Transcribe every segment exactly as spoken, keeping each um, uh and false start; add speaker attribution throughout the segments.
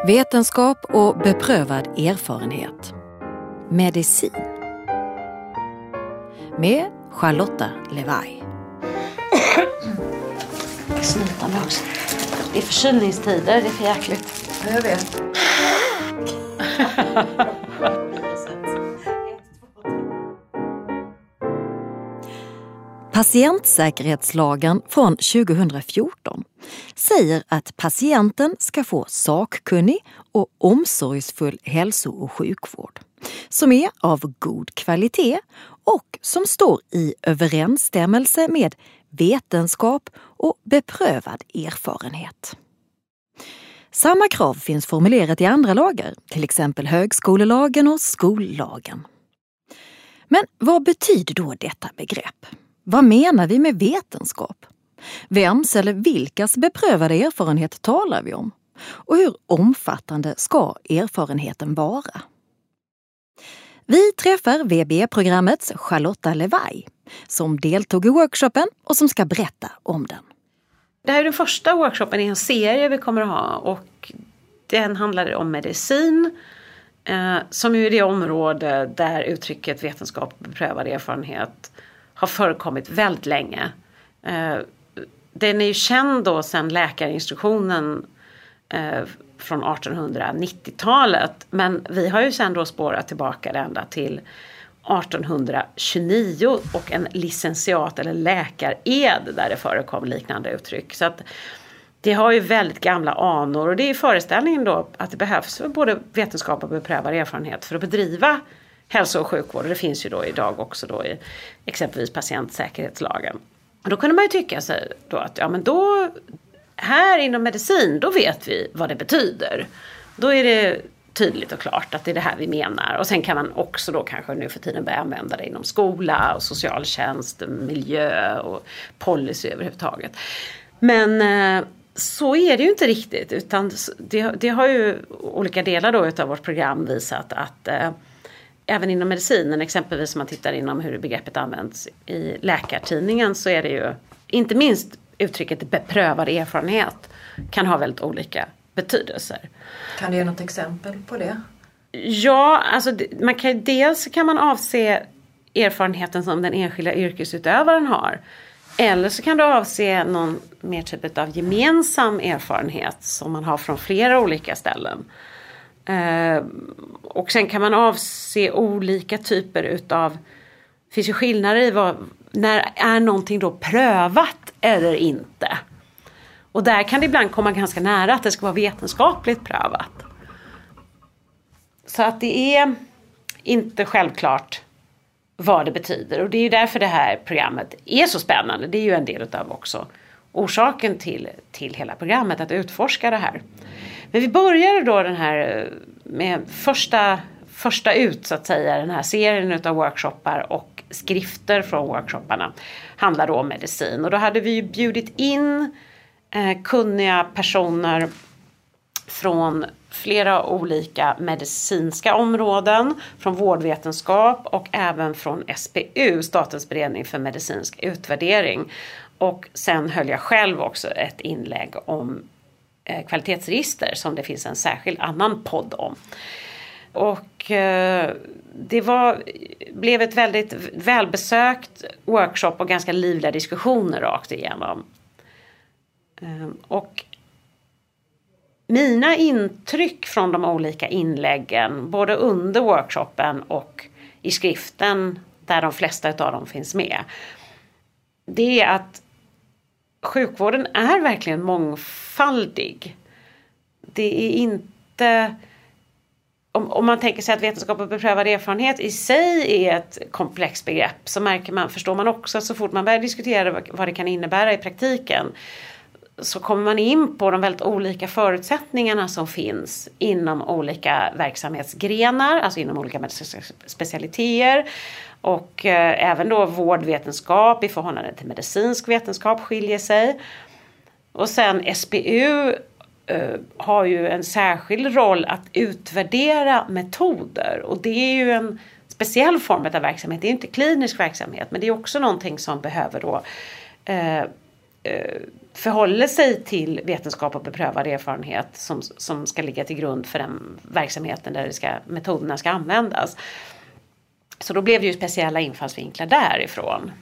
Speaker 1: Vetenskap och beprövad erfarenhet. Medicin. Med Charlotta Levaj.
Speaker 2: Snyta mig också. Det är förkylningstider, det är för jäkligt.
Speaker 3: Jag vet.
Speaker 1: Patientsäkerhetslagen från tjugohundrafjorton säger att patienten ska få sakkunnig och omsorgsfull hälso- och sjukvård som är av god kvalitet och som står i överensstämmelse med vetenskap och beprövad erfarenhet. Samma krav finns formulerat i andra lagar, till exempel högskolelagen och skollagen. Men vad betyder då detta begrepp? Vad menar vi med vetenskap? Vems eller vilkas beprövade erfarenhet talar vi om? Och hur omfattande ska erfarenheten vara? Vi träffar V B E-programmets Charlotta Levaj som deltog i workshopen och som ska berätta om den.
Speaker 2: Det här är den första workshopen i en serie vi kommer att ha och den handlar om medicin eh, som är det område där uttrycket vetenskap och beprövad erfarenhet har förekommit väldigt länge. Eh, den är ju känd då sedan läkarinstruktionen eh, från artonhundranittiotalet. Men vi har ju sedan då spårat tillbaka ända till artonhundratjugonio och en licentiat eller läkared där det förekom liknande uttryck. Så att det har ju väldigt gamla anor och det är föreställningen då att det behövs både vetenskap och beprövad erfarenhet för att bedriva hälso- och sjukvård. Och det finns ju då idag också då i exempelvis patientsäkerhetslagen. Och då kunde man ju tycka sig då att ja men då här inom medicin då vet vi vad det betyder. Då är det tydligt och klart att det är det här vi menar. Och sen kan man också då kanske nu för tiden börja använda det inom skola och socialtjänst, miljö och policy överhuvudtaget. Men eh, så är det ju inte riktigt utan det, det har ju olika delar då utav vårt program visat att eh, även inom medicinen, exempelvis om man tittar inom hur begreppet används i Läkartidningen så är det ju inte minst uttrycket beprövad erfarenhet kan ha väldigt olika betydelser.
Speaker 3: Kan du ge något exempel på det?
Speaker 2: Ja, alltså man kan, dels kan man avse erfarenheten som den enskilda yrkesutövaren har. Eller så kan du avse någon mer typ av gemensam erfarenhet som man har från flera olika ställen. Uh, och sen kan man avse olika typer utav, det finns ju skillnader i vad, när är någonting då prövat eller inte. Och där kan det ibland komma ganska nära att det ska vara vetenskapligt prövat. Så att det är inte självklart vad det betyder. Och det är ju därför det här programmet är så spännande. Det är ju en del av också orsaken till, till hela programmet att utforska det här. Men vi började då den här med första, första ut så att säga, den här serien av workshoppar och skrifter från workshopparna handlar då om medicin. Och då hade vi ju bjudit in eh, kunniga personer från flera olika medicinska områden, från vårdvetenskap och även från S P U, Statens beredning för medicinsk utvärdering. Och sen höll jag själv också ett inlägg om kvalitetsregister som det finns en särskild annan podd om. Och eh, det var, blev ett väldigt välbesökt workshop och ganska livliga diskussioner rakt igenom. Eh, och mina intryck från de olika inläggen, både under workshopen och i skriften där de flesta av dem finns med, det är att sjukvården är verkligen mångfaldig. Det är inte, om, om man tänker sig att vetenskap och beprövad erfarenhet i sig är ett komplext begrepp, så märker man, förstår man också att så fort man börjar diskutera vad det kan innebära i praktiken så kommer man in på de väldigt olika förutsättningarna som finns inom olika verksamhetsgrenar, alltså inom olika medicinska specialiteter. Och eh, även då vårdvetenskap i förhållande till medicinsk vetenskap skiljer sig. Och sen S P U eh, har ju en särskild roll att utvärdera metoder. Och det är ju en speciell form av verksamhet. Det är inte klinisk verksamhet, men det är också någonting som behöver då eh, eh, förhåller sig till vetenskap och beprövad erfarenhet som, som ska ligga till grund för den verksamheten där det ska, metoderna ska användas. Så då blev det ju speciella infallsvinklar därifrån.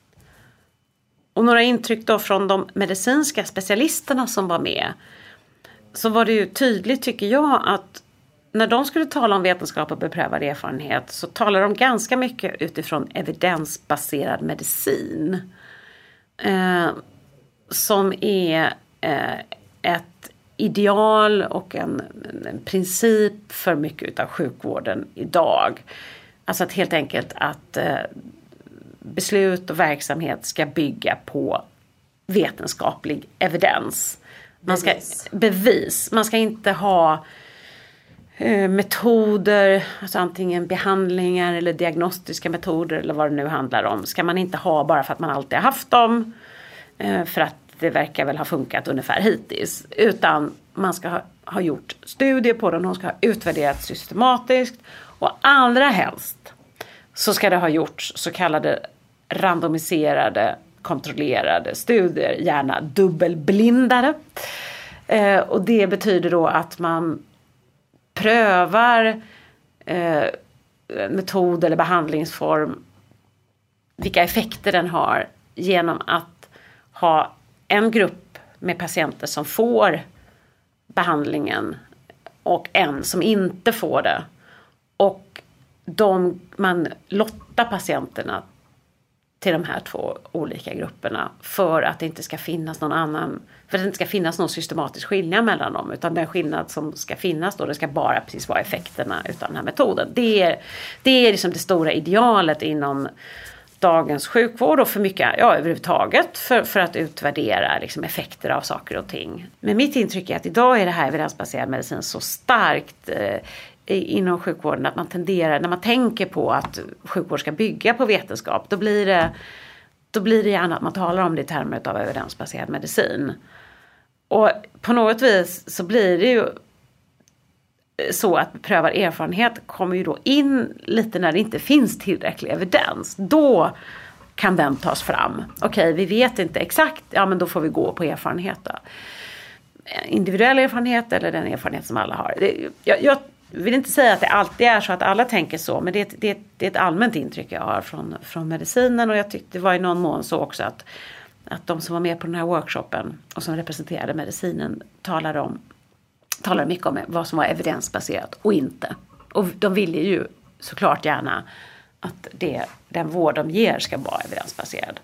Speaker 2: Och några intryck då från de medicinska specialisterna som var med. Så var det ju tydligt, tycker jag, att när de skulle tala om vetenskap och beprövad erfarenhet så talar de ganska mycket utifrån evidensbaserad medicin. Eh, som är eh, ett ideal och en, en princip för mycket av sjukvården idag. Alltså att helt enkelt att eh, beslut och verksamhet ska bygga på vetenskaplig evidens. Man ska, bevis. bevis. Man ska inte ha eh, metoder, alltså antingen behandlingar eller diagnostiska metoder eller vad det nu handlar om. Ska man inte ha bara för att man alltid har haft dem, eh, för att det verkar väl ha funkat ungefär hittills. Utan man ska ha, ha gjort studier på dem, de ska ha utvärderats systematiskt. Och allra helst så ska det ha gjorts så kallade randomiserade, kontrollerade studier, gärna dubbelblindade. Eh, och det betyder då att man prövar eh, metod eller behandlingsform, vilka effekter den har, genom att ha en grupp med patienter som får behandlingen och en som inte får det. Och de, man lottar patienterna till de här två olika grupperna för att det inte ska finnas någon annan, för att det inte ska finnas någon systematisk skillnad mellan dem, utan den skillnad som ska finnas då, det ska bara precis vara effekterna utav den här metoden. Det är, det är liksom det stora idealet inom dagens sjukvård och för mycket, ja, överhuvudtaget för, för att utvärdera liksom effekter av saker och ting. Men mitt intryck är att idag är det här evidensbaserad medicin så starkt eh, inom sjukvården att man tenderar, när man tänker på att sjukvård ska bygga på vetenskap, då blir det, då blir det gärna att man talar om det i termer av evidensbaserad medicin. Och på något vis så blir det ju så att beprövad erfarenhet kommer ju då in lite när det inte finns tillräcklig evidens. Då kan den tas fram. Okej, vi vet inte exakt, ja men då får vi gå på erfarenhet då. Individuell erfarenhet eller den erfarenhet som alla har. Det, jag, jag vill inte säga att det alltid är så att alla tänker så, men det, det, det är ett allmänt intryck jag har från, från medicinen, och jag tyckte det var i någon mån så också att, att de som var med på den här workshopen och som representerade medicinen talade om talar mycket om vad som var evidensbaserat och inte. Och de ville ju såklart gärna att det, den vård de ger ska vara evidensbaserad.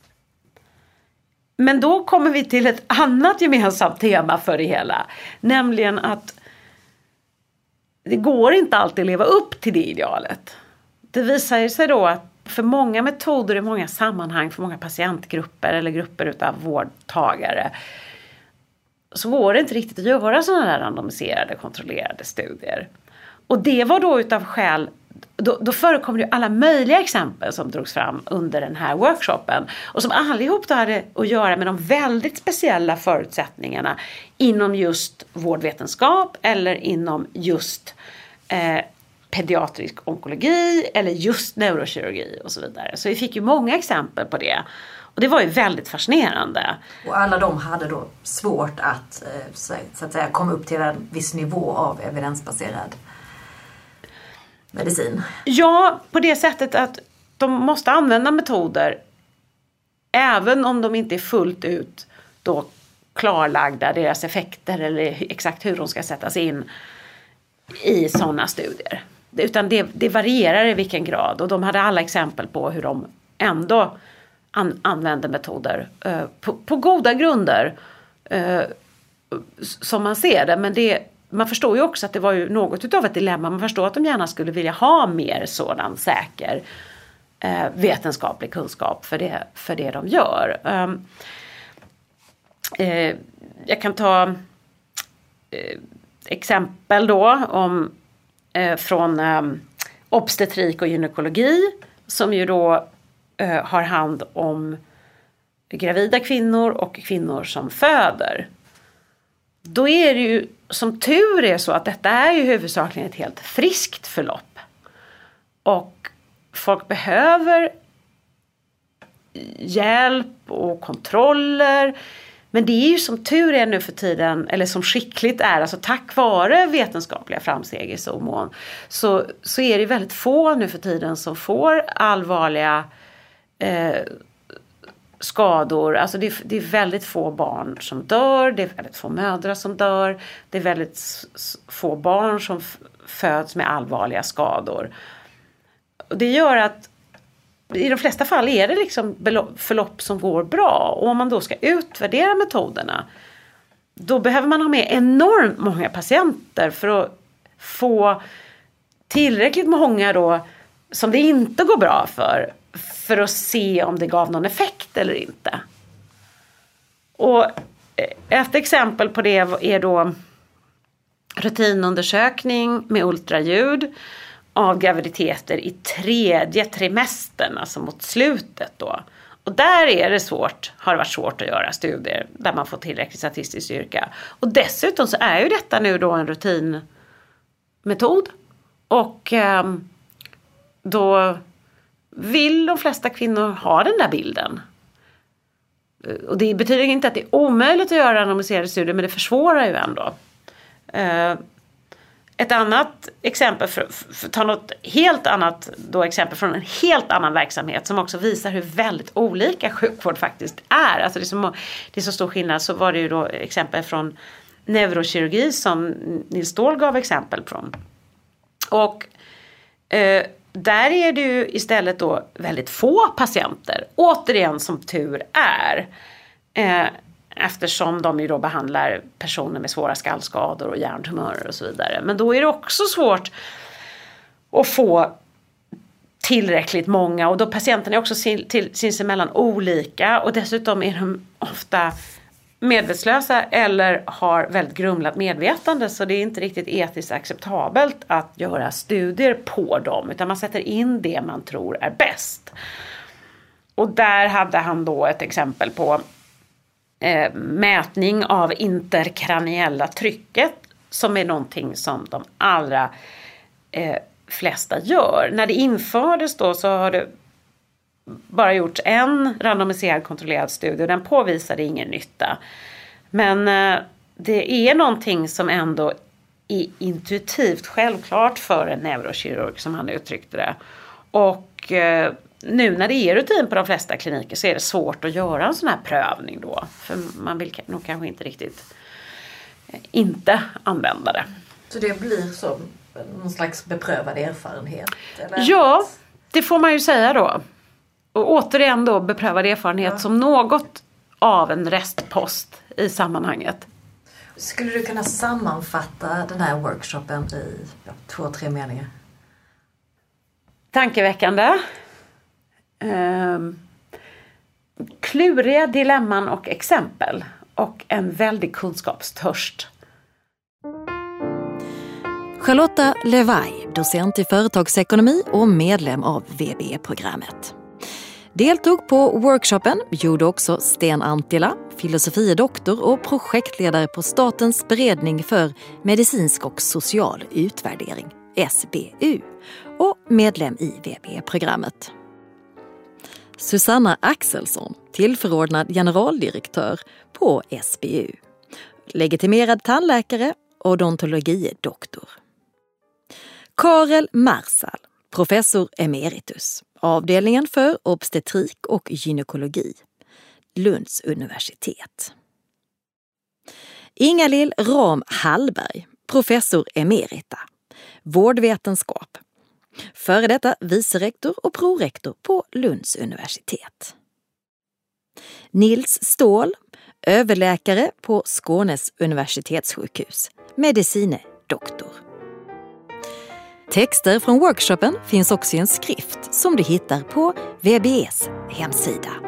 Speaker 2: Men då kommer vi till ett annat gemensamt tema för det hela. Nämligen att det går inte alltid att leva upp till det idealet. Det visar sig då att för många metoder i många sammanhang, för många patientgrupper eller grupper utav vårdtagare, så går det inte riktigt att göra sådana där randomiserade, kontrollerade studier. Och det var då utav skäl, då, då förekom det alla möjliga exempel som drogs fram under den här workshopen. Och som allihop då hade att göra med de väldigt speciella förutsättningarna inom just vårdvetenskap eller inom just eh, pediatrisk onkologi eller just neurokirurgi och så vidare. Så vi fick ju många exempel på det. Och det var ju väldigt fascinerande.
Speaker 3: Och alla de hade då svårt att, så att säga, komma upp till en viss nivå av evidensbaserad medicin.
Speaker 2: Ja, på det sättet att de måste använda metoder även om de inte är fullt ut då klarlagda, deras effekter eller exakt hur de ska sättas in i sådana studier. Utan det, det varierar i vilken grad, och de hade alla exempel på hur de ändå an, använde metoder eh, på, på goda grunder eh, som man ser det. Men det, man förstår ju också att det var ju något utav ett dilemma. Man förstår att de gärna skulle vilja ha mer sådan säker eh, vetenskaplig kunskap för det, för det de gör. Um, eh, jag kan ta eh, exempel då om eh, från eh, obstetrik och gynekologi, som ju då eh, har hand om gravida kvinnor och kvinnor som föder. Då är det ju som tur är så att detta är ju huvudsakligen ett helt friskt förlopp. Och folk behöver hjälp och kontroller Men det är ju som tur är nu för tiden, eller som skickligt är, alltså tack vare vetenskapliga framsteg i så mån, så, så är det väldigt få nu för tiden som får allvarliga eh, skador. Alltså det är, det är väldigt få barn som dör, det är väldigt få mödrar som dör, det är väldigt få barn som f- föds med allvarliga skador. Och det gör att i de flesta fall är det liksom förlopp som går bra. Och om man då ska utvärdera metoderna, då behöver man ha med enormt många patienter för att få tillräckligt många då som det inte går bra för, för att se om det gav någon effekt eller inte. Och ett exempel på det är då rutinundersökning med ultraljud av graviditeter i tredje trimestern, alltså mot slutet då. Och där är det svårt, har det varit svårt att göra studier där man får tillräcklig statistisk styrka. Och dessutom så är ju detta nu då en rutinmetod. Och eh, då vill de flesta kvinnor ha den där bilden. Och det betyder inte att det är omöjligt att göra randomiserade studier, men det försvårar ju ändå. Eh, Ett annat exempel, för, för ta något helt annat då exempel från en helt annan verksamhet som också visar hur väldigt olika sjukvård faktiskt är. Alltså det är så, det är så stor skillnad, så var det ju då exempel från neurokirurgi som Nils Ståhl gav exempel från. Och eh, där är det ju istället då väldigt få patienter, återigen som tur är. Eh, Eftersom de ju då behandlar personer med svåra skallskador och hjärntumörer och så vidare. Men då är det också svårt att få tillräckligt många. Och då patienterna är också sinsemellan olika. Och dessutom är de ofta medvetslösa eller har väldigt grumlat medvetande. Så det är inte riktigt etiskt acceptabelt att göra studier på dem. Utan man sätter in det man tror är bäst. Och där hade han då ett exempel på Eh, mätning av interkraniella trycket, som är någonting som de allra eh, flesta gör. När det infördes då så har det bara gjorts en randomiserad kontrollerad studie och den påvisade ingen nytta. Men eh, det är någonting som ändå är intuitivt självklart för en neurokirurg, som han uttryckte det. Och eh, nu när det är rutin på de flesta kliniker så är det svårt att göra en sån här prövning då. För man vill nog kanske inte riktigt inte använda det.
Speaker 3: Så det blir som någon slags beprövad erfarenhet? Eller?
Speaker 2: Ja, det får man ju säga då. Och återigen då beprövad erfarenhet ja. Som något av en restpost i sammanhanget.
Speaker 3: Skulle du kunna sammanfatta den här workshopen i ja, två, tre meningar?
Speaker 2: Tankeväckande. Um, kluriga dilemman och exempel och en väldig kunskapstörst.
Speaker 1: Charlotta Levaj, docent i företagsekonomi och medlem av V B E-programmet. Deltog på workshopen gjorde också Sten Antila, filosofie-doktor och projektledare på Statens beredning för medicinsk och social utvärdering, S B U, och medlem i V B E-programmet. Susanna Axelsson, tillförordnad generaldirektör på S B U. Legitimerad tandläkare och odontologidoktor. Karel Marsal, professor emeritus, avdelningen för obstetrik och gynekologi, Lunds universitet. Ingalill Ram Hallberg, professor emerita, vårdvetenskap, före detta vicerektor och prorektor på Lunds universitet. Nils Ståhl, överläkare på Skånes universitetssjukhus, medicine doktor. Texter från workshopen finns också i en skrift som du hittar på V B E:s hemsida.